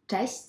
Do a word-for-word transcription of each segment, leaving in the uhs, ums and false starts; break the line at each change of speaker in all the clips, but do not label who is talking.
Cześć!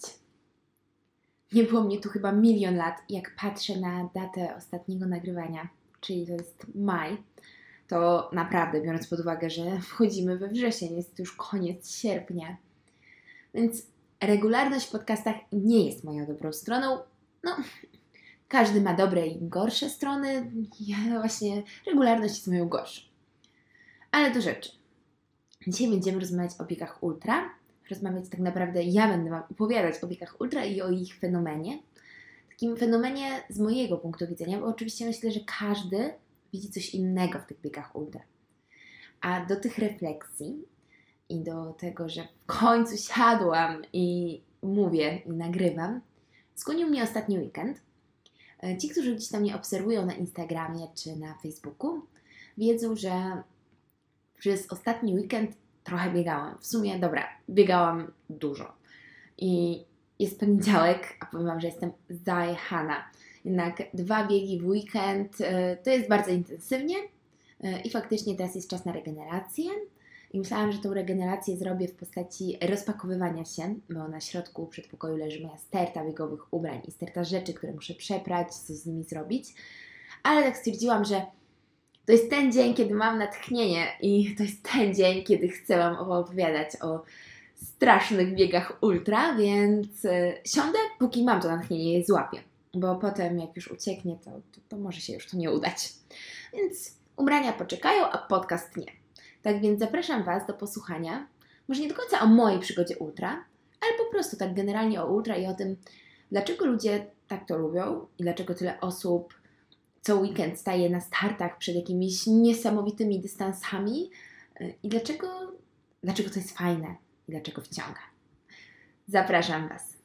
Nie było mnie tu chyba milion lat. Jak patrzę na datę ostatniego nagrywania, czyli to jest maj, to naprawdę, biorąc pod uwagę, że wchodzimy we wrzesień, jest już koniec sierpnia. Więc regularność w podcastach nie jest moją dobrą stroną. No, każdy ma dobre i gorsze strony. Ja właśnie regularność jest moją gorszą. Ale do rzeczy. Dzisiaj będziemy rozmawiać o biegach ultra. Rozmawiać tak naprawdę, ja będę Wam opowiadać o biegach ultra i o ich fenomenie. Takim fenomenie z mojego punktu widzenia, bo oczywiście myślę, że każdy widzi coś innego w tych biegach ultra. A do tych refleksji i do tego, że w końcu siadłam i mówię i nagrywam, skłonił mnie ostatni weekend. Ci, którzy gdzieś tam mnie obserwują na Instagramie czy na Facebooku, wiedzą, że przez ostatni weekend trochę biegałam. W sumie, dobra, biegałam dużo. I jest poniedziałek, a powiem Wam, że jestem zajechana. Jednak dwa biegi w weekend to jest bardzo intensywnie i faktycznie teraz jest czas na regenerację. I myślałam, że tą regenerację zrobię w postaci rozpakowywania się, bo na środku przedpokoju leży moja sterta biegowych ubrań i sterta rzeczy, które muszę przeprać, co z nimi zrobić. Ale tak stwierdziłam, że to jest ten dzień, kiedy mam natchnienie i to jest ten dzień, kiedy chcę Wam opowiadać o strasznych biegach ultra, więc y, siądę, póki mam to natchnienie, je złapię, bo potem jak już ucieknie, to, to, to może się już to nie udać. Więc ubrania poczekają, a podcast nie. Tak więc zapraszam Was do posłuchania, może nie do końca o mojej przygodzie ultra, ale po prostu tak generalnie o ultra i o tym, dlaczego ludzie tak to lubią i dlaczego tyle osób co weekend staje na startach przed jakimiś niesamowitymi dystansami i dlaczego, dlaczego to jest fajne i dlaczego wciąga. Zapraszam Was.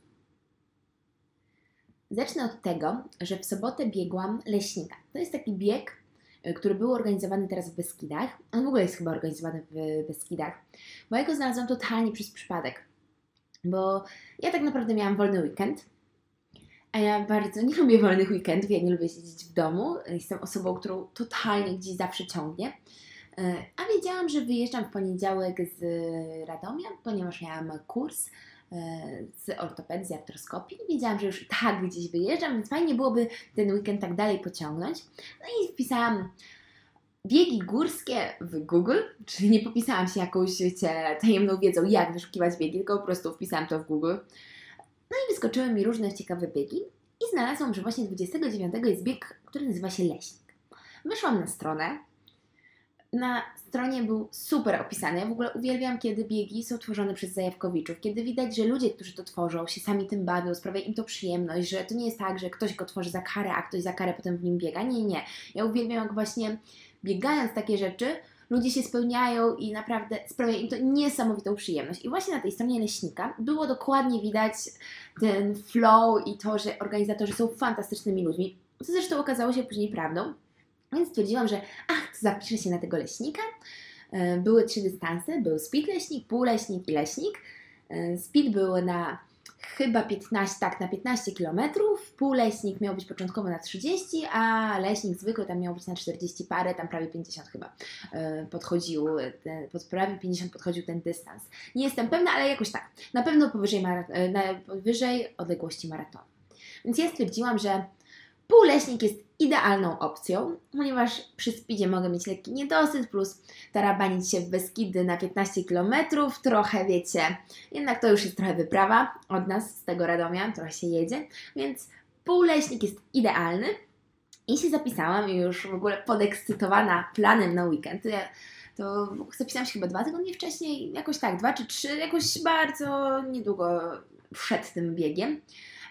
Zacznę od tego, że w sobotę biegłam Leśnika. To jest taki bieg, który był organizowany teraz w Beskidach. On w ogóle jest chyba organizowany w Beskidach, bo ja go znalazłam totalnie przez przypadek, bo ja tak naprawdę miałam wolny weekend. A ja bardzo nie lubię wolnych weekendów, ja nie lubię siedzieć w domu. Jestem osobą, którą totalnie gdzieś zawsze ciągnie. A wiedziałam, że wyjeżdżam w poniedziałek z Radomia, ponieważ miałam kurs z ortopedii, artroskopii. Wiedziałam, że już i tak gdzieś wyjeżdżam, więc fajnie byłoby ten weekend tak dalej pociągnąć. No i wpisałam biegi górskie w Google, czyli nie popisałam się jakąś, wiecie, tajemną wiedzą, jak wyszukiwać biegi, tylko po prostu wpisałam to w Google. No i wyskoczyły mi różne ciekawe biegi i znalazłam, że właśnie dwudziestego dziewiątego jest bieg, który nazywa się Leśnik. Weszłam na stronę. Na stronie był super opisany. Ja w ogóle uwielbiam, kiedy biegi są tworzone przez zajawkowiczów, kiedy widać, że ludzie, którzy to tworzą, się sami tym bawią, sprawia im to przyjemność, że to nie jest tak, że ktoś go tworzy za karę, a ktoś za karę potem w nim biega. Nie, nie. Ja uwielbiam, jak właśnie biegając takie rzeczy, ludzie się spełniają i naprawdę sprawia im to niesamowitą przyjemność. I właśnie na tej stronie Leśnika było dokładnie widać ten flow i to, że organizatorzy są fantastycznymi ludźmi, co zresztą okazało się później prawdą. Więc stwierdziłam, że ach, to zapiszę się na tego Leśnika. Były trzy dystanse, był speed leśnik, półleśnik i leśnik. Speed był na chyba piętnaście, tak, na piętnaście kilometrów, półleśnik miał być początkowo na trzydzieści, a leśnik zwykły tam miał być na czterdzieści parę, tam prawie pięćdziesiąt chyba podchodził, ten, pod prawie pięćdziesiąt podchodził ten dystans. Nie jestem pewna, ale jakoś tak, na pewno powyżej, marat- na, powyżej odległości maratonu. Więc ja stwierdziłam, że półleśnik jest idealną opcją, ponieważ przy speedzie mogę mieć lekki niedosyt, plus tarabanić się w Beskidy na piętnaście kilometrów, trochę wiecie, jednak to już jest trochę wyprawa od nas z tego Radomia, trochę się jedzie, więc półleśnik jest idealny i się zapisałam i już w ogóle podekscytowana planem na weekend. Ja to zapisałam się chyba dwa tygodnie wcześniej, jakoś tak, dwa czy trzy, jakoś bardzo niedługo przed tym biegiem.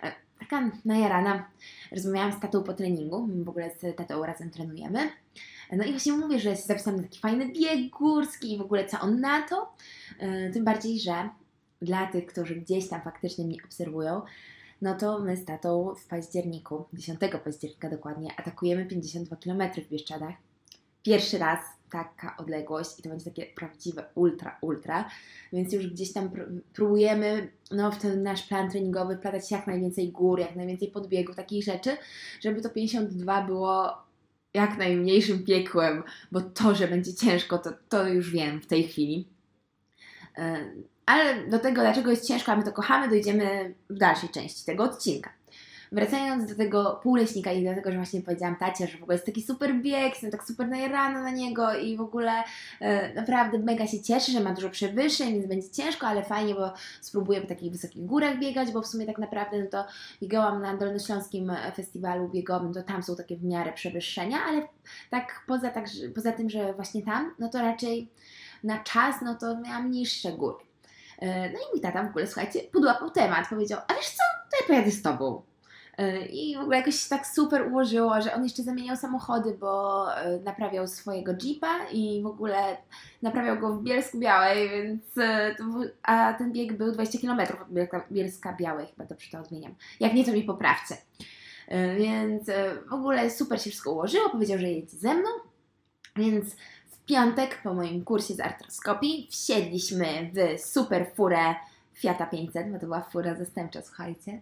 Taka najarana, rozmawiałam z tatą po treningu, w ogóle z tatą razem trenujemy. No i właśnie mówię, że się zapisałam na taki fajny bieg górski i w ogóle co on na to. Tym bardziej, że dla tych, którzy gdzieś tam faktycznie mnie obserwują, no to my z tatą w październiku, dziesiątego października dokładnie, atakujemy pięćdziesiąt dwa kilometry w Bieszczadach. Pierwszy raz taka odległość i to będzie takie prawdziwe ultra, ultra, więc już gdzieś tam pr- próbujemy no, w ten nasz plan treningowy wplatać jak najwięcej gór, jak najwięcej podbiegów, takich rzeczy, żeby to pięćdziesiąt dwa było jak najmniejszym piekłem, bo to, że będzie ciężko, to, to już wiem w tej chwili. Ale do tego, dlaczego jest ciężko, a my to kochamy, dojdziemy w dalszej części tego odcinka. Wracając do tego półleśnika i do tego, że właśnie powiedziałam tacie, że w ogóle jest taki super bieg, jestem tak super najarana na niego i w ogóle e, naprawdę mega się cieszę, że ma dużo przewyższeń, więc będzie ciężko, ale fajnie, bo spróbuję po takich wysokich górach biegać, bo w sumie tak naprawdę no to biegałam na Dolnośląskim Festiwalu Biegowym, to tam są takie w miarę przewyższenia, ale tak poza, tak, poza tym, że właśnie tam, no to raczej na czas, no to miałam niższe góry. E, no i mój tata w ogóle, słuchajcie, podłapał temat, powiedział, a wiesz co, to ja pojadę z tobą. I w ogóle jakoś się tak super ułożyło, że on jeszcze zamieniał samochody, bo naprawiał swojego Jeepa i w ogóle naprawiał go w Bielsku Białej, więc to był, a ten bieg był dwadzieścia kilometrów od Bielska Białej, chyba dobrze to odmieniam. Jak nie, to mi poprawcie. Więc w ogóle super się wszystko ułożyło, powiedział, że jedzie ze mną, więc w piątek po moim kursie z artroskopii wsiedliśmy w super furę Fiata pięćset, bo to była fura zastępcza, słuchajcie.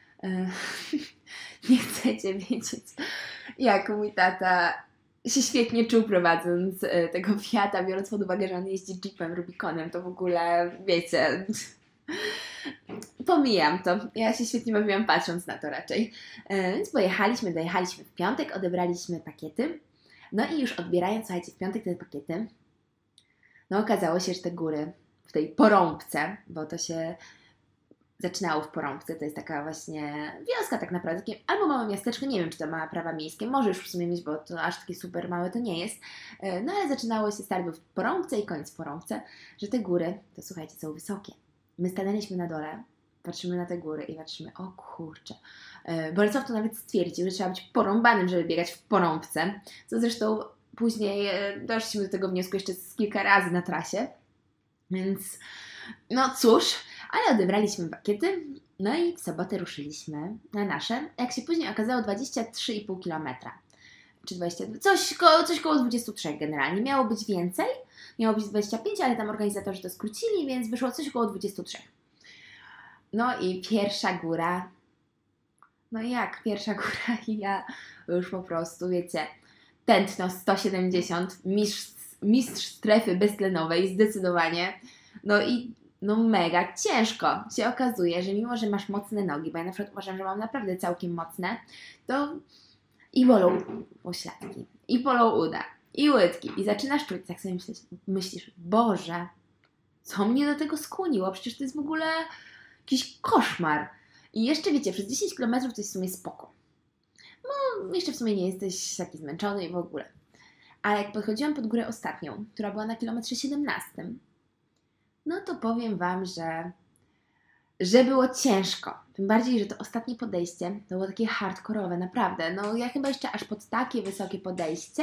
Nie chcecie wiedzieć, jak mój tata się świetnie czuł prowadząc tego Fiata, biorąc pod uwagę, że on jeździ Jeepem Rubikonem, to w ogóle, wiecie, pomijam to. Ja się świetnie bawiłam patrząc na to raczej. Więc pojechaliśmy, dojechaliśmy w piątek, odebraliśmy pakiety. No i już odbierając, słuchajcie, w piątek te pakiety, no okazało się, że te góry w tej Porąbce, bo to się zaczynało w Porąbce, to jest taka właśnie wioska tak naprawdę, takie, albo małe miasteczko, nie wiem czy to ma prawa miejskie, może już w sumie mieć, bo to aż takie super małe to nie jest, no ale zaczynało się start był w Porąbce i koniec w Porąbce, że te góry, to słuchajcie, są wysokie. My stanęliśmy na dole, patrzymy na te góry i patrzymy, o kurczę. Bolesław to nawet stwierdził, że trzeba być porąbanym, żeby biegać w Porąbce, co zresztą później doszliśmy do tego wniosku jeszcze z kilka razy na trasie, więc no cóż, ale odebraliśmy pakiety, no i w sobotę ruszyliśmy na nasze, jak się później okazało, dwadzieścia trzy i pół kilometra, czy dwadzieścia, coś koło, coś koło dwadzieścia trzy generalnie, miało być więcej, miało być dwadzieścia pięć, ale tam organizatorzy to skrócili, więc wyszło coś koło dwadzieścia trzy. No i pierwsza góra, no jak pierwsza góra i ja już po prostu, wiecie, tętno sto siedemdziesiąt, mistrz, mistrz strefy beztlenowej, zdecydowanie, no i no mega ciężko się okazuje, że mimo, że masz mocne nogi, bo ja na przykład uważam, że mam naprawdę całkiem mocne, to i bolą pośladki, i bolą uda, i łydki, i zaczynasz czuć, tak sobie myślisz, myślisz, Boże, co mnie do tego skłoniło? Przecież to jest w ogóle jakiś koszmar. I jeszcze wiecie, przez dziesięć kilometrów to jest w sumie spoko. No, jeszcze w sumie nie jesteś taki zmęczony i w ogóle. Ale jak podchodziłam pod górę ostatnią, która była na kilometrze siedemnastym, no to powiem Wam, że, że było ciężko. Tym bardziej, że to ostatnie podejście to było takie hardkorowe, naprawdę. No ja chyba jeszcze aż pod takie wysokie podejście,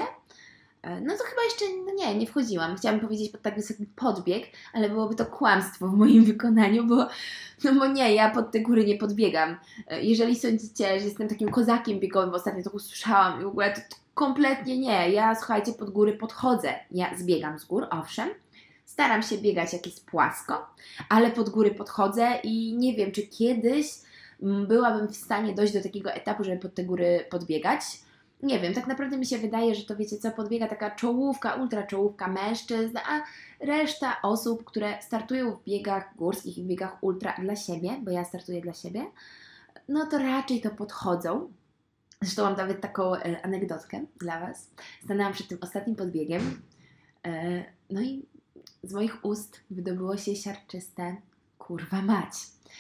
no to chyba jeszcze, no nie, nie wchodziłam. Chciałam powiedzieć pod tak wysoki podbieg, ale byłoby to kłamstwo w moim wykonaniu, bo no bo nie, ja pod te góry nie podbiegam. Jeżeli sądzicie, że jestem takim kozakiem biegowym, bo ostatnio to usłyszałam i w ogóle to, to kompletnie nie. Ja, słuchajcie, pod góry podchodzę. Ja zbiegam z gór, owszem. Staram się biegać jak jest płasko, ale pod góry podchodzę i nie wiem, czy kiedyś byłabym w stanie dojść do takiego etapu, żeby pod te góry podbiegać. Nie wiem, tak naprawdę mi się wydaje, że to wiecie co, podbiega taka czołówka, ultra czołówka mężczyzn, a reszta osób, które startują w biegach górskich i w biegach ultra dla siebie, bo ja startuję dla siebie, no to raczej to podchodzą. Zresztą mam nawet taką e, anegdotkę dla Was. Stanęłam przed tym ostatnim podbiegiem, e, no i z moich ust wydobyło się siarczyste kurwa mać.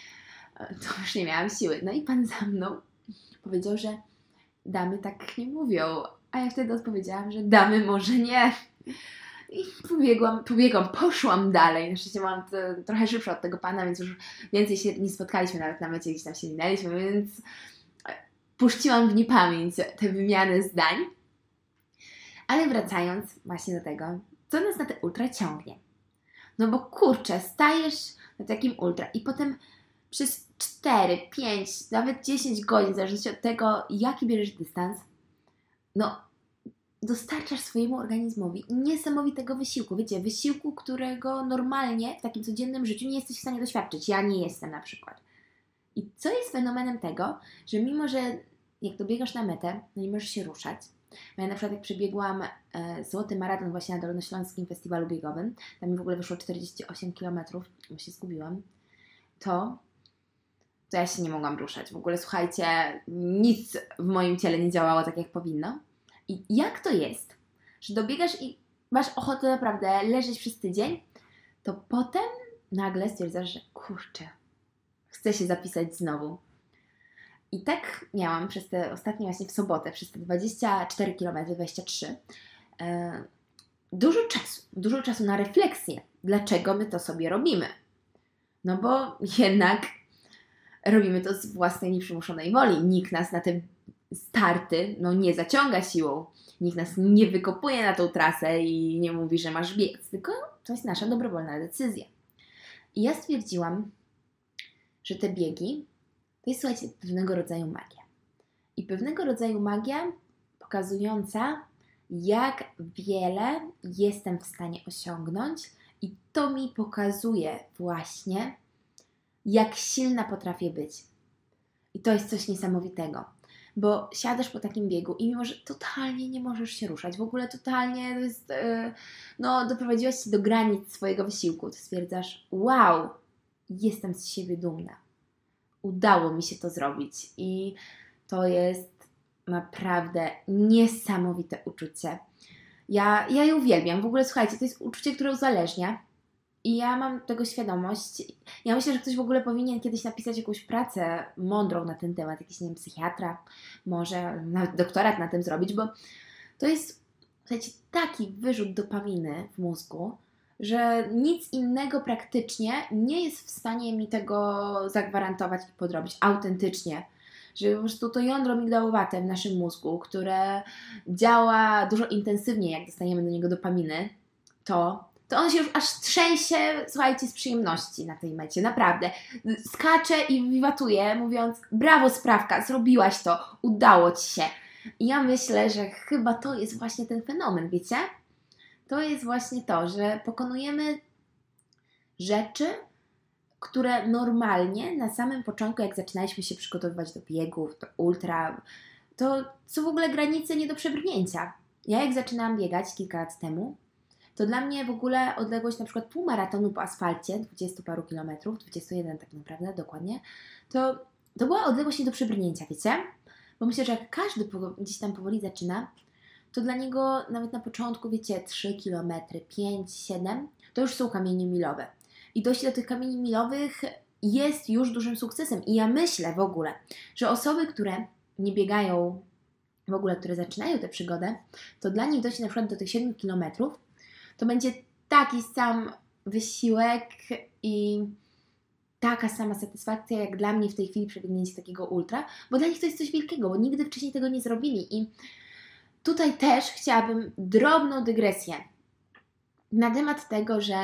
E, to już nie miałam siły. No i pan za mną powiedział, że damy tak nie mówią, a ja wtedy odpowiedziałam, że damy może nie. I pobiegłam, pobiegłam, poszłam dalej. Na szczęście byłam t- trochę szybsza od tego pana, więc już więcej się nie spotkaliśmy, nawet na mecie gdzieś tam się minęliśmy, więc puściłam w niepamięć te wymiany zdań. Ale wracając właśnie do tego, co nas na te ultra ciągnie. No bo kurczę, stajesz na takim ultra i potem przez cztery, pięć, nawet dziesięć godzin, w zależności od tego, jaki bierzesz dystans, no dostarczasz swojemu organizmowi niesamowitego wysiłku. Wiecie, wysiłku, którego normalnie w takim codziennym życiu nie jesteś w stanie doświadczyć. Ja nie jestem na przykład. I co jest fenomenem tego, że mimo, że jak dobiegasz na metę, no nie możesz się ruszać, Bo ja na przykład jak przebiegłam e, złoty maraton właśnie na Dolnośląskim Festiwalu Biegowym, tam mi w ogóle wyszło czterdzieści osiem kilometrów, bo się zgubiłam, to, to ja się nie mogłam ruszać. W ogóle słuchajcie, nic w moim ciele nie działało tak jak powinno. I jak to jest, że dobiegasz i masz ochotę naprawdę leżeć przez tydzień, to potem nagle stwierdzasz, że kurczę, chcę się zapisać znowu. I tak miałam przez te ostatnie właśnie w sobotę, przez te dwadzieścia cztery kilometry, dwadzieścia trzy, e, dużo czasu, dużo czasu na refleksję, dlaczego my to sobie robimy. No bo jednak robimy to z własnej nieprzymuszonej woli. Nikt nas na te starty no, nie zaciąga siłą. Nikt nas nie wykopuje na tą trasę i nie mówi, że masz biec, tylko to jest nasza dobrowolna decyzja. I ja stwierdziłam, że te biegi to jest, słuchajcie, pewnego rodzaju magia. I pewnego rodzaju magia pokazująca, jak wiele jestem w stanie osiągnąć i to mi pokazuje właśnie, jak silna potrafię być. I to jest coś niesamowitego, bo siadasz po takim biegu i mimo, że totalnie nie możesz się ruszać, w ogóle totalnie to jest, yy, no doprowadziłaś się do granic swojego wysiłku, to stwierdzasz, wow, jestem z siebie dumna. Udało mi się to zrobić i to jest naprawdę niesamowite uczucie. Ja, ja je uwielbiam. W ogóle słuchajcie, to jest uczucie, które uzależnia i ja mam tego świadomość. Ja myślę, że ktoś w ogóle powinien kiedyś napisać jakąś pracę mądrą na ten temat, jakiś, nie wiem, psychiatra, może nawet doktorat na tym zrobić, bo to jest, słuchajcie, taki wyrzut dopaminy w mózgu, że nic innego praktycznie nie jest w stanie mi tego zagwarantować i podrobić autentycznie. Że po prostu to jądro migdałowate w naszym mózgu, które działa dużo intensywniej, jak dostajemy do niego dopaminy, to, to on się już aż trzęsie, słuchajcie, z przyjemności na tej mecie, naprawdę. Skacze i wiwatuje, mówiąc, brawo sprawka, zrobiłaś to, udało Ci się. I ja myślę, że chyba to jest właśnie ten fenomen, wiecie? To jest właśnie to, że pokonujemy rzeczy, które normalnie na samym początku, jak zaczynaliśmy się przygotowywać do biegów, do ultra, to są w ogóle granice nie do przebrnięcia. Ja jak zaczynałam biegać kilka lat temu, to dla mnie w ogóle odległość na przykład półmaratonu po asfalcie, dwudziestu paru kilometrów, dwudziestu jeden tak naprawdę, dokładnie, to, to była odległość nie do przebrnięcia, wiecie? Bo myślę, że jak każdy gdzieś tam powoli zaczyna, to dla niego nawet na początku, wiecie, trzy kilometry, pięć, siedem, to już są kamienie milowe. I dojście do tych kamieni milowych jest już dużym sukcesem. I ja myślę w ogóle, że osoby, które nie biegają, w ogóle, które zaczynają tę przygodę, to dla nich dojście na przykład do tych siedmiu kilometrów, to będzie taki sam wysiłek i taka sama satysfakcja, jak dla mnie w tej chwili przebiegnięcie takiego ultra, bo dla nich to jest coś wielkiego, bo nigdy wcześniej tego nie zrobili. I tutaj też chciałabym drobną dygresję na temat tego, że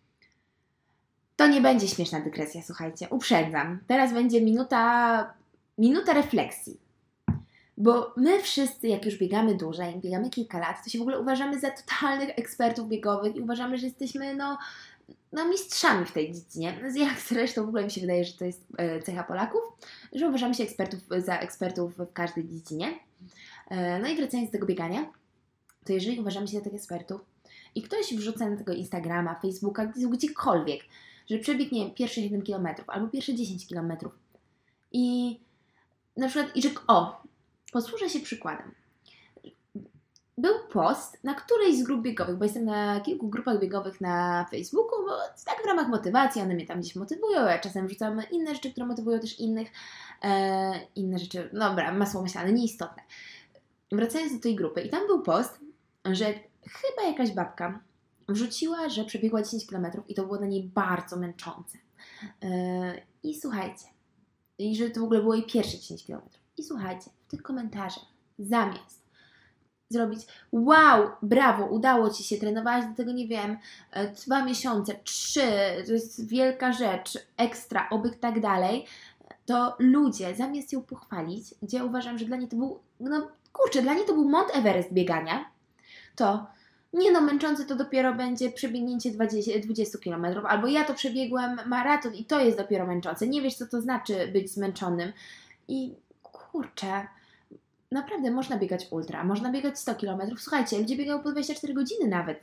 to nie będzie śmieszna dygresja, słuchajcie, uprzedzam. Teraz będzie minuta, minuta refleksji. Bo my wszyscy, jak już biegamy dłużej, biegamy kilka lat, to się w ogóle uważamy za totalnych ekspertów biegowych i uważamy, że jesteśmy no, no mistrzami w tej dziedzinie. Jak zresztą w ogóle mi się wydaje, że to jest cecha Polaków, że uważamy się ekspertów, za ekspertów w każdej dziedzinie. No i wracając do tego biegania, to jeżeli uważamy się za tych ekspertów i ktoś wrzuca na tego Instagrama, Facebooka, gdziekolwiek, że przebiegnie pierwsze siedem kilometrów albo pierwsze dziesięć kilometrów i na przykład, i że o, posłużę się przykładem. Był post na którejś z grup biegowych, bo jestem na kilku grupach biegowych na Facebooku, bo tak w ramach motywacji, one mnie tam gdzieś motywują, ja czasem rzucam inne rzeczy, które motywują też innych, e, inne rzeczy, dobra, masło myślane, nieistotne. Wracając do tej grupy i tam był post, że chyba jakaś babka wrzuciła, że przebiegła dziesięć kilometrów i to było dla niej bardzo męczące. Yy, I słuchajcie, i że to w ogóle było jej pierwsze dziesięć kilometrów. I słuchajcie, w tych komentarzach zamiast zrobić wow, brawo, udało Ci się, trenowałaś do tego, nie wiem, dwa miesiące, trzy, to jest wielka rzecz, ekstra, oby tak dalej, to ludzie zamiast ją pochwalić, gdzie ja uważam, że dla niej to był, no kurczę, dla niej to był Mount Everest biegania, to nie no, męczące to dopiero będzie przebiegnięcie dwudziestu kilometrów, albo ja to przebiegłem maraton i to jest dopiero męczące. Nie wiesz, co to znaczy być zmęczonym. I kurczę, naprawdę można biegać ultra, można biegać sto kilometrów. Słuchajcie, ludzie biegają po dwadzieścia cztery godziny nawet.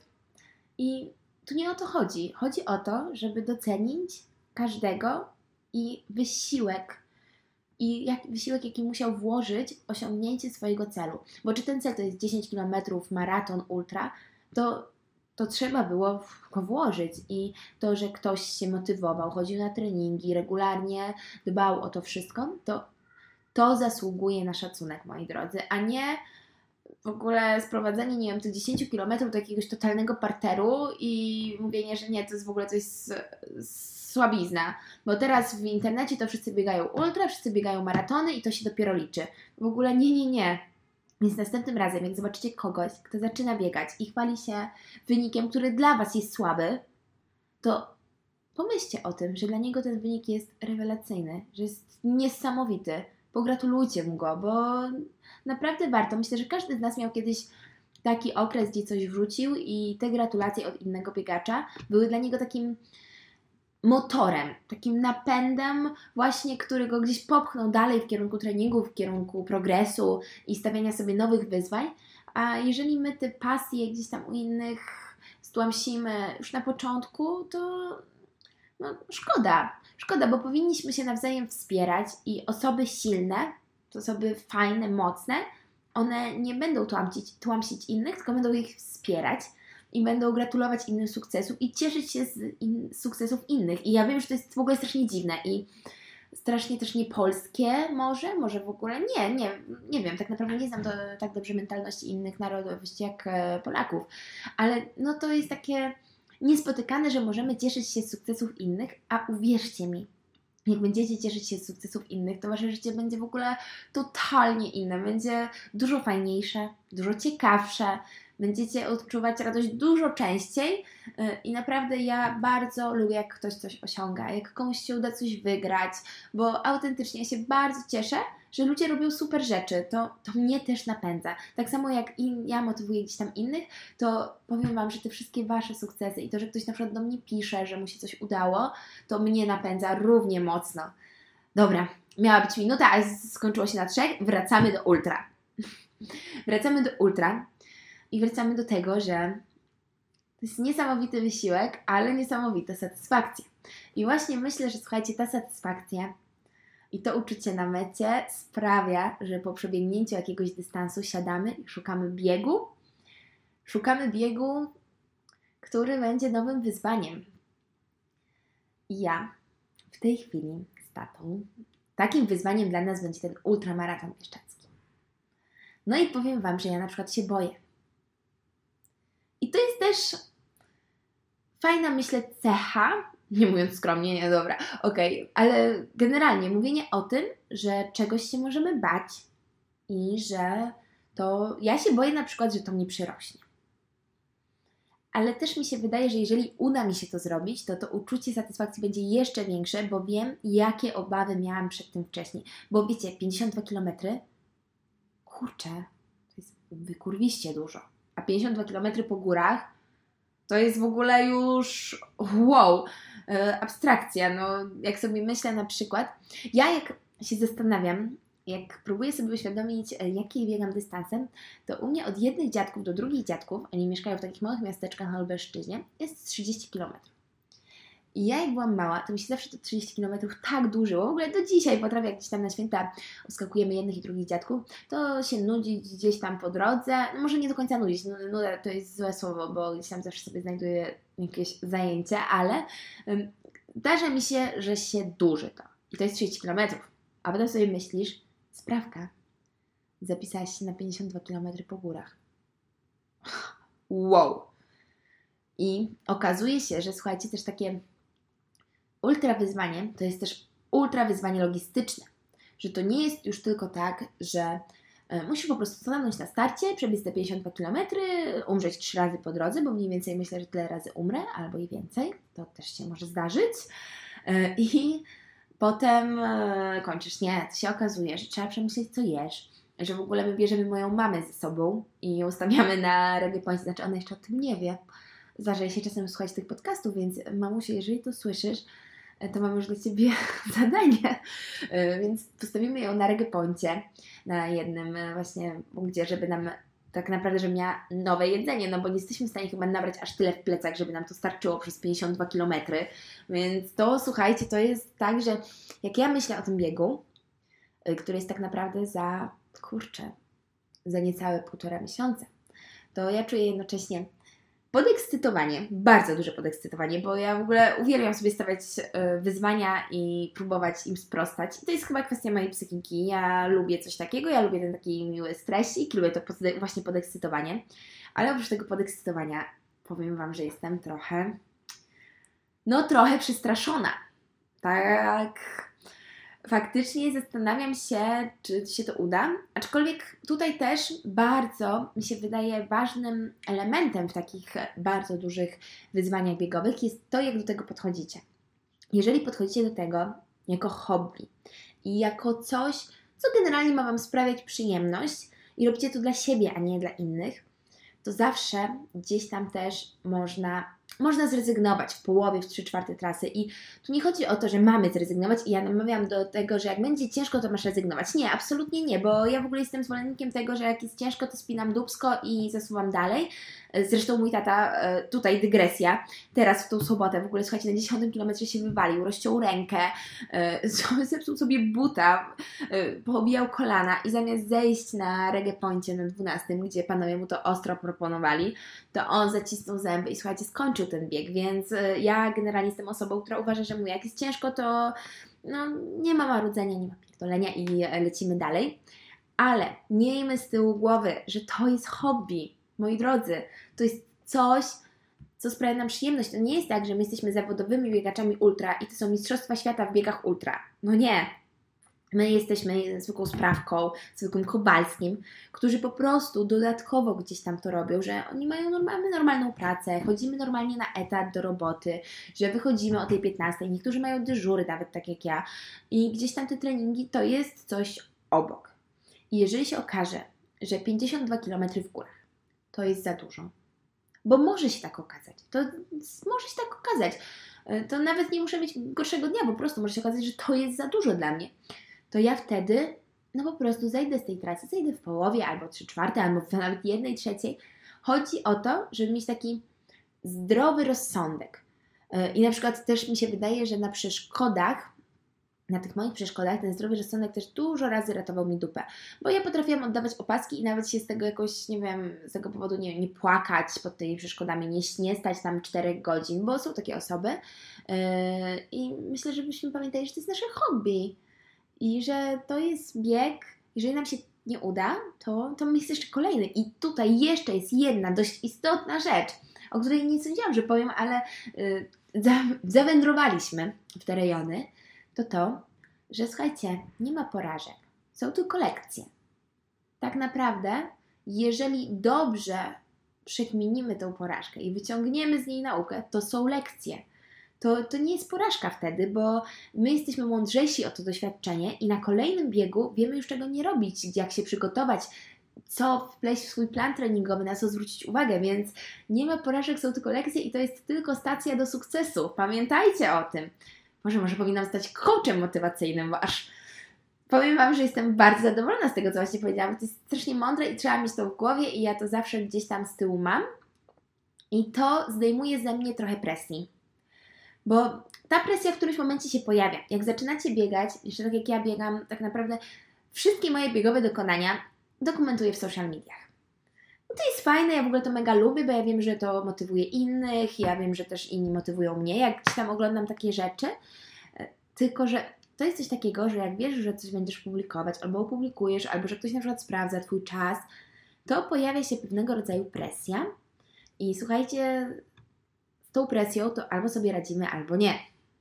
I tu nie o to chodzi. Chodzi o to, żeby docenić każdego i wysiłek, i jak, wysiłek, jaki musiał włożyć w osiągnięcie swojego celu. Bo czy ten cel to jest dziesięć kilometrów, maraton, ultra, to, to trzeba było go włożyć. I to, że ktoś się motywował, chodził na treningi, regularnie dbał o to wszystko, to, to zasługuje na szacunek, moi drodzy, a nie w ogóle sprowadzenie, nie wiem, tych dziesięć kilometrów do jakiegoś totalnego parteru i mówienie, że nie, to jest w ogóle coś z, z słabizna. Bo teraz w internecie to wszyscy biegają ultra, wszyscy biegają maratony i to się dopiero liczy. W ogóle nie, nie, nie. Więc następnym razem, jak zobaczycie kogoś, kto zaczyna biegać i chwali się wynikiem, który dla Was jest słaby, to pomyślcie o tym, że dla niego ten wynik jest rewelacyjny, że jest niesamowity. Pogratulujcie mu go, bo naprawdę warto. Myślę, że każdy z nas miał kiedyś taki okres, gdzie coś wrzucił i te gratulacje od innego biegacza były dla niego takim motorem, takim napędem właśnie, który go gdzieś popchnął dalej w kierunku treningu, w kierunku progresu i stawiania sobie nowych wyzwań. A jeżeli my te pasje gdzieś tam u innych stłamsimy już na początku, to no, szkoda. Szkoda, bo powinniśmy się nawzajem wspierać i osoby silne, to osoby fajne, mocne, one nie będą tłamsić, tłamsić innych, tylko będą ich wspierać i będą gratulować innym sukcesów i cieszyć się z in, sukcesów innych. I ja wiem, że to jest w ogóle strasznie dziwne i strasznie też niepolskie może, może w ogóle nie, nie, nie wiem, tak naprawdę nie znam do, tak dobrze mentalności innych narodowości jak e, Polaków, ale no to jest takie niespotykane, że możemy cieszyć się z sukcesów innych, a uwierzcie mi, jak będziecie cieszyć się z sukcesów innych, to Wasze życie będzie w ogóle totalnie inne, będzie dużo fajniejsze, dużo ciekawsze, będziecie odczuwać radość dużo częściej i naprawdę ja bardzo lubię, jak ktoś coś osiąga, jak komuś się uda coś wygrać, bo autentycznie ja się bardzo cieszę, że ludzie robią super rzeczy, to, to mnie też napędza. Tak samo jak in, ja motywuję gdzieś tam innych, to powiem Wam, że te wszystkie Wasze sukcesy i to, że ktoś na przykład do mnie pisze, że mu się coś udało, to mnie napędza równie mocno. Dobra, miała być minuta, a skończyło się na trzech, wracamy do ultra. Wracamy do ultra i wracamy do tego, że to jest niesamowity wysiłek, ale niesamowita satysfakcja. I właśnie myślę, że słuchajcie, ta satysfakcja i to uczucie na mecie sprawia, że po przebiegnięciu jakiegoś dystansu siadamy i szukamy biegu. Szukamy biegu, który będzie nowym wyzwaniem. I ja w tej chwili z tatą, takim wyzwaniem dla nas będzie ten ultramaraton bieszczadzki. No i powiem Wam, że ja na przykład się boję. I to jest też fajna, myślę, cecha, nie mówiąc skromnie, nie, dobra, okej, okay, ale generalnie mówienie o tym, że czegoś się możemy bać i że to, ja się boję na przykład, że to mnie przyrośnie. Ale też mi się wydaje, że jeżeli uda mi się to zrobić, to to uczucie satysfakcji będzie jeszcze większe, bo wiem, jakie obawy miałam przed tym wcześniej. Bo wiecie, pięćdziesiąt dwa kilometry, kurczę, to jest wykurwiście dużo. A pięćdziesiąt dwa kilometry po górach to jest w ogóle już wow, e, abstrakcja. No, jak sobie myślę na przykład, ja jak się zastanawiam, jak próbuję sobie uświadomić, jaki biegam dystansem, to u mnie od jednych dziadków do drugich dziadków, oni mieszkają w takich małych miasteczkach na Lubelszczyźnie, jest trzydzieści kilometrów. I ja jak byłam mała, to mi się zawsze to trzydzieści kilometrów tak dłużyło. W ogóle do dzisiaj potrafię, jak gdzieś tam na święta oskakujemy jednych i drugich dziadków, to się nudzi gdzieś tam po drodze. No może nie do końca nudzić, nuda to jest złe słowo, bo gdzieś tam zawsze sobie znajduję jakieś zajęcie, ale um, zdarza mi się, że się dłuży to. I to jest trzydzieści kilometrów. A potem sobie myślisz, sprawka, zapisałaś się na pięćdziesiąt dwa kilometry po górach. Wow! I okazuje się, że słuchajcie, też takie ultra wyzwanie to jest też ultra wyzwanie logistyczne. Że to nie jest już tylko tak, że musisz po prostu stanąć na starcie, przebiec te pięćdziesiąt dwa kilometry, umrzeć trzy razy po drodze, bo mniej więcej myślę, że tyle razy umrę, albo i więcej. To też się może zdarzyć. I potem kończysz. Nie, to się okazuje, że trzeba przemyśleć, co jesz, że w ogóle my bierzemy moją mamę ze sobą i ją ustawiamy na ready point, znaczy ona jeszcze o tym nie wie. Zdarza się czasem słuchać tych podcastów, więc mamusiu, jeżeli to słyszysz, to mam już dla Ciebie zadanie, więc postawimy ją na reggaeponcie, na jednym właśnie punkcie, żeby nam tak naprawdę, żeby miała nowe jedzenie, no bo nie jesteśmy w stanie chyba nabrać aż tyle w plecach, żeby nam to starczyło przez pięćdziesiąt dwa kilometry, więc to, słuchajcie, to jest tak, że jak ja myślę o tym biegu, który jest tak naprawdę za, kurczę, za niecałe półtora miesiąca, to ja czuję jednocześnie podekscytowanie, bardzo duże podekscytowanie, bo ja w ogóle uwielbiam sobie stawiać wyzwania i próbować im sprostać. I to jest chyba kwestia mojej psychiki. Ja lubię coś takiego, ja lubię ten taki miły stresik, lubię to właśnie podekscytowanie. Ale oprócz tego podekscytowania powiem Wam, że jestem trochę, no trochę przestraszona. Tak, faktycznie zastanawiam się, czy się to uda, aczkolwiek tutaj też bardzo mi się wydaje ważnym elementem w takich bardzo dużych wyzwaniach biegowych jest to, jak do tego podchodzicie. Jeżeli podchodzicie do tego jako hobby i jako coś, co generalnie ma Wam sprawiać przyjemność i robicie to dla siebie, a nie dla innych, to zawsze gdzieś tam też można Można zrezygnować w połowie, w trzy czwarte trasy i tu nie chodzi o to, że mamy zrezygnować i ja namawiam do tego, że jak będzie ciężko, to masz rezygnować. Nie, absolutnie nie, bo ja w ogóle jestem zwolennikiem tego, że jak jest ciężko, to spinam dupsko i zasuwam dalej. Zresztą mój tata, tutaj dygresja, teraz w tą sobotę w ogóle, słuchajcie, na dziesiątym kilometrze się wywalił, rozciął rękę, zepsuł sobie buta, poobijał kolana i zamiast zejść na reggaeponcie na dwunastym, gdzie panowie mu to ostro proponowali, to on zacisnął zęby i słuchajcie, skończył ten bieg, więc ja generalnie jestem osobą, która uważa, że mu jak jest ciężko, to no, nie ma marudzenia, nie ma pierdolenia i lecimy dalej, ale miejmy z tyłu głowy, że to jest hobby, moi drodzy, to jest coś, co sprawia nam przyjemność. To nie jest tak, że my jesteśmy zawodowymi biegaczami ultra i to są mistrzostwa świata w biegach ultra. No nie. My jesteśmy zwykłą sprawką, zwykłym Kowalskim, którzy po prostu dodatkowo gdzieś tam to robią, że oni mają normalną, normalną pracę, chodzimy normalnie na etat do roboty, że wychodzimy o tej piętnastej, niektórzy mają dyżury nawet tak jak ja i gdzieś tam te treningi to jest coś obok. I jeżeli się okaże, że pięćdziesiąt dwa kilometry w górach to jest za dużo, bo może się tak okazać, to może się tak okazać, to nawet nie muszę mieć gorszego dnia, po prostu może się okazać, że to jest za dużo dla mnie, to ja wtedy no po prostu zejdę z tej trasy, zejdę w połowie, albo trzy czwarte, albo nawet jednej trzeciej. Chodzi o to, żeby mieć taki zdrowy rozsądek. I na przykład też mi się wydaje, że na przeszkodach, na tych moich przeszkodach ten zdrowy rozsądek też dużo razy ratował mi dupę. Bo ja potrafiłam oddawać opaski i nawet się z tego jakoś, nie wiem, z tego powodu nie, nie płakać pod tymi przeszkodami, nie, nie stać tam czterech godzin, bo są takie osoby. Yy, I myślę, żebyśmy pamiętali, że to jest nasze hobby. I że to jest bieg, jeżeli nam się nie uda, to, to jest jeszcze kolejny. I tutaj jeszcze jest jedna dość istotna rzecz, o której nie sądziłam, że powiem, ale yy, za, zawędrowaliśmy w te rejony, to to, że słuchajcie, nie ma porażek, są tylko lekcje. Tak naprawdę, jeżeli dobrze przekminimy tę porażkę i wyciągniemy z niej naukę, to są lekcje. To, to nie jest porażka wtedy, bo my jesteśmy mądrzejsi o to doświadczenie i na kolejnym biegu wiemy już czego nie robić, jak się przygotować, co wpleść w swój plan treningowy, na co zwrócić uwagę, więc nie ma porażek, są tylko lekcje i to jest tylko stacja do sukcesu. Pamiętajcie o tym. Może, może powinnam stać coachem motywacyjnym, bo aż powiem Wam, że jestem bardzo zadowolona z tego, co właśnie powiedziałam. To jest strasznie mądre i trzeba mieć to w głowie i ja to zawsze gdzieś tam z tyłu mam i to zdejmuje ze mnie trochę presji. Bo ta presja w którymś momencie się pojawia. Jak zaczynacie biegać, jeszcze tak jak ja biegam, tak naprawdę wszystkie moje biegowe dokonania dokumentuję w social mediach. No to jest fajne, ja w ogóle to mega lubię, bo ja wiem, że to motywuje innych, ja wiem, że też inni motywują mnie, jak gdzieś tam oglądam takie rzeczy, tylko że to jest coś takiego, że jak wiesz, że coś będziesz publikować, albo opublikujesz, albo że ktoś na przykład sprawdza Twój czas, to pojawia się pewnego rodzaju presja i słuchajcie, z tą presją to albo sobie radzimy, albo nie.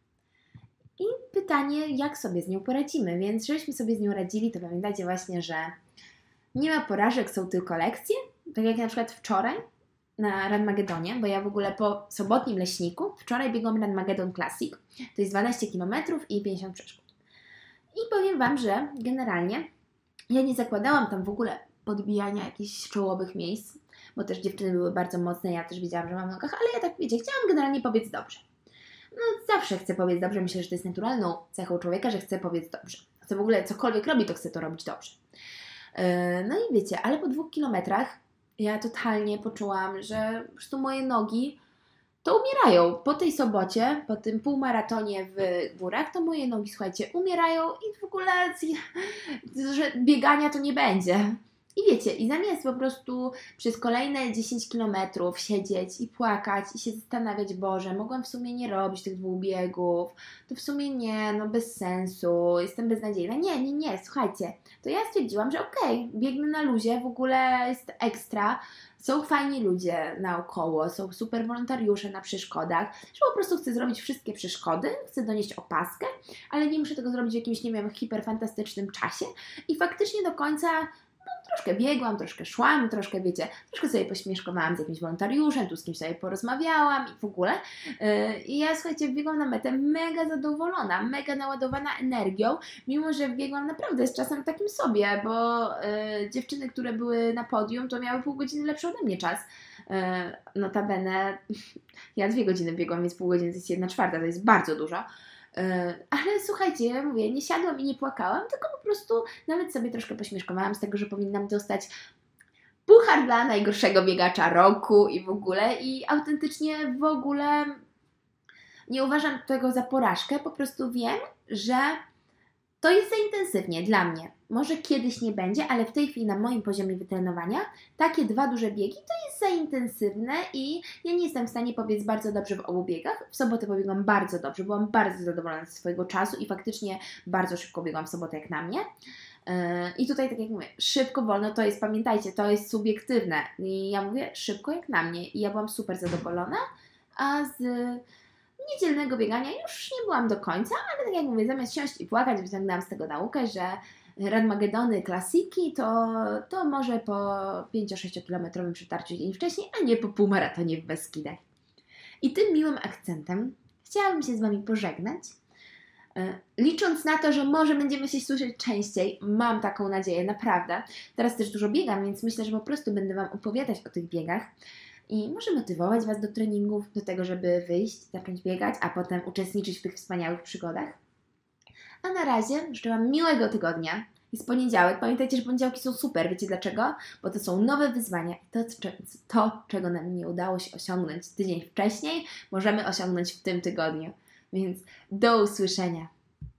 I pytanie, jak sobie z nią poradzimy, więc żebyśmy sobie z nią radzili, to pamiętajcie właśnie, że nie ma porażek, są tylko lekcje, tak jak na przykład wczoraj na Ranmagedonie, bo ja w ogóle po sobotnim leśniku wczoraj biegłam Ranmagedon Classic, to jest dwanaście kilometrów i pięćdziesiąt przeszkód. I powiem Wam, że generalnie ja nie zakładałam tam w ogóle podbijania jakichś czołowych miejsc, bo też dziewczyny były bardzo mocne, ja też wiedziałam, że mam w nogach, ale ja tak, wiecie, chciałam generalnie pobiec dobrze. no zawsze chce powiedz dobrze. Myślę, że to jest naturalną cechą człowieka, że chce powiedz dobrze. Chce w ogóle cokolwiek robi, to chce to robić dobrze. No i wiecie, ale po dwóch kilometrach ja totalnie poczułam, że po prostu moje nogi to umierają. Po tej sobocie, po tym półmaratonie w górach, to moje nogi, słuchajcie, umierają i w ogóle, że biegania to nie będzie. I wiecie, i zamiast po prostu przez kolejne dziesięć kilometrów siedzieć i płakać i się zastanawiać, Boże, mogłam w sumie nie robić tych dwóch biegów, to w sumie nie, no bez sensu, jestem beznadziejna. Nie, nie, nie, słuchajcie, to ja stwierdziłam, że okej, okay, biegnę na luzie, w ogóle jest ekstra, są fajni ludzie naokoło, są super wolontariusze na przeszkodach, że po prostu chcę zrobić wszystkie przeszkody, chcę donieść opaskę, ale nie muszę tego zrobić w jakimś, nie wiem, hiperfantastycznym czasie i faktycznie do końca troszkę biegłam, troszkę szłam, troszkę, wiecie, troszkę sobie pośmieszkowałam z jakimś wolontariuszem, tu z kimś sobie porozmawiałam i w ogóle. I ja, słuchajcie, biegłam na metę mega zadowolona, mega naładowana energią, mimo że biegłam naprawdę z czasem takim sobie, bo y, dziewczyny, które były na podium, to miały pół godziny lepszy ode mnie czas. Y, notabene ja dwie godziny biegłam, więc pół godziny to jest jedna czwarta, to jest bardzo dużo. Ale słuchajcie, ja mówię, nie siadłam i nie płakałam, tylko po prostu nawet sobie troszkę pośmieszkowałam z tego, że powinnam dostać puchar dla najgorszego biegacza roku i w ogóle i autentycznie w ogóle nie uważam tego za porażkę, po prostu wiem, że to jest za intensywnie dla mnie. Może kiedyś nie będzie, ale w tej chwili na moim poziomie wytrenowania takie dwa duże biegi to jest za intensywne i ja nie jestem w stanie pobiec bardzo dobrze w obu biegach. W sobotę pobiegłam bardzo dobrze, byłam bardzo zadowolona ze swojego czasu i faktycznie bardzo szybko biegłam w sobotę jak na mnie. I tutaj, tak jak mówię, szybko, wolno, to jest, pamiętajcie, to jest subiektywne. I ja mówię szybko jak na mnie i ja byłam super zadowolona, a z niedzielnego biegania już nie byłam do końca, ale tak jak mówię, zamiast siąść i płakać, wyciągnęłam z tego naukę, że Radmagedony, klasiki, to, to może po pięcio-sześciokilometrowym przetarciu dzień wcześniej, a nie po półmaratonie w Beskidach. I tym miłym akcentem chciałabym się z Wami pożegnać, licząc na to, że może będziemy się słyszeć częściej. Mam taką nadzieję, naprawdę. Teraz też dużo biegam, więc myślę, że po prostu będę Wam opowiadać o tych biegach i może motywować Was do treningów, do tego, żeby wyjść, zacząć biegać, a potem uczestniczyć w tych wspaniałych przygodach. A na razie życzę Wam miłego tygodnia. Jest poniedziałek. Pamiętajcie, że poniedziałki są super. Wiecie dlaczego? Bo to są nowe wyzwania. I to, to, czego nam nie udało się osiągnąć tydzień wcześniej, możemy osiągnąć w tym tygodniu. Więc do usłyszenia.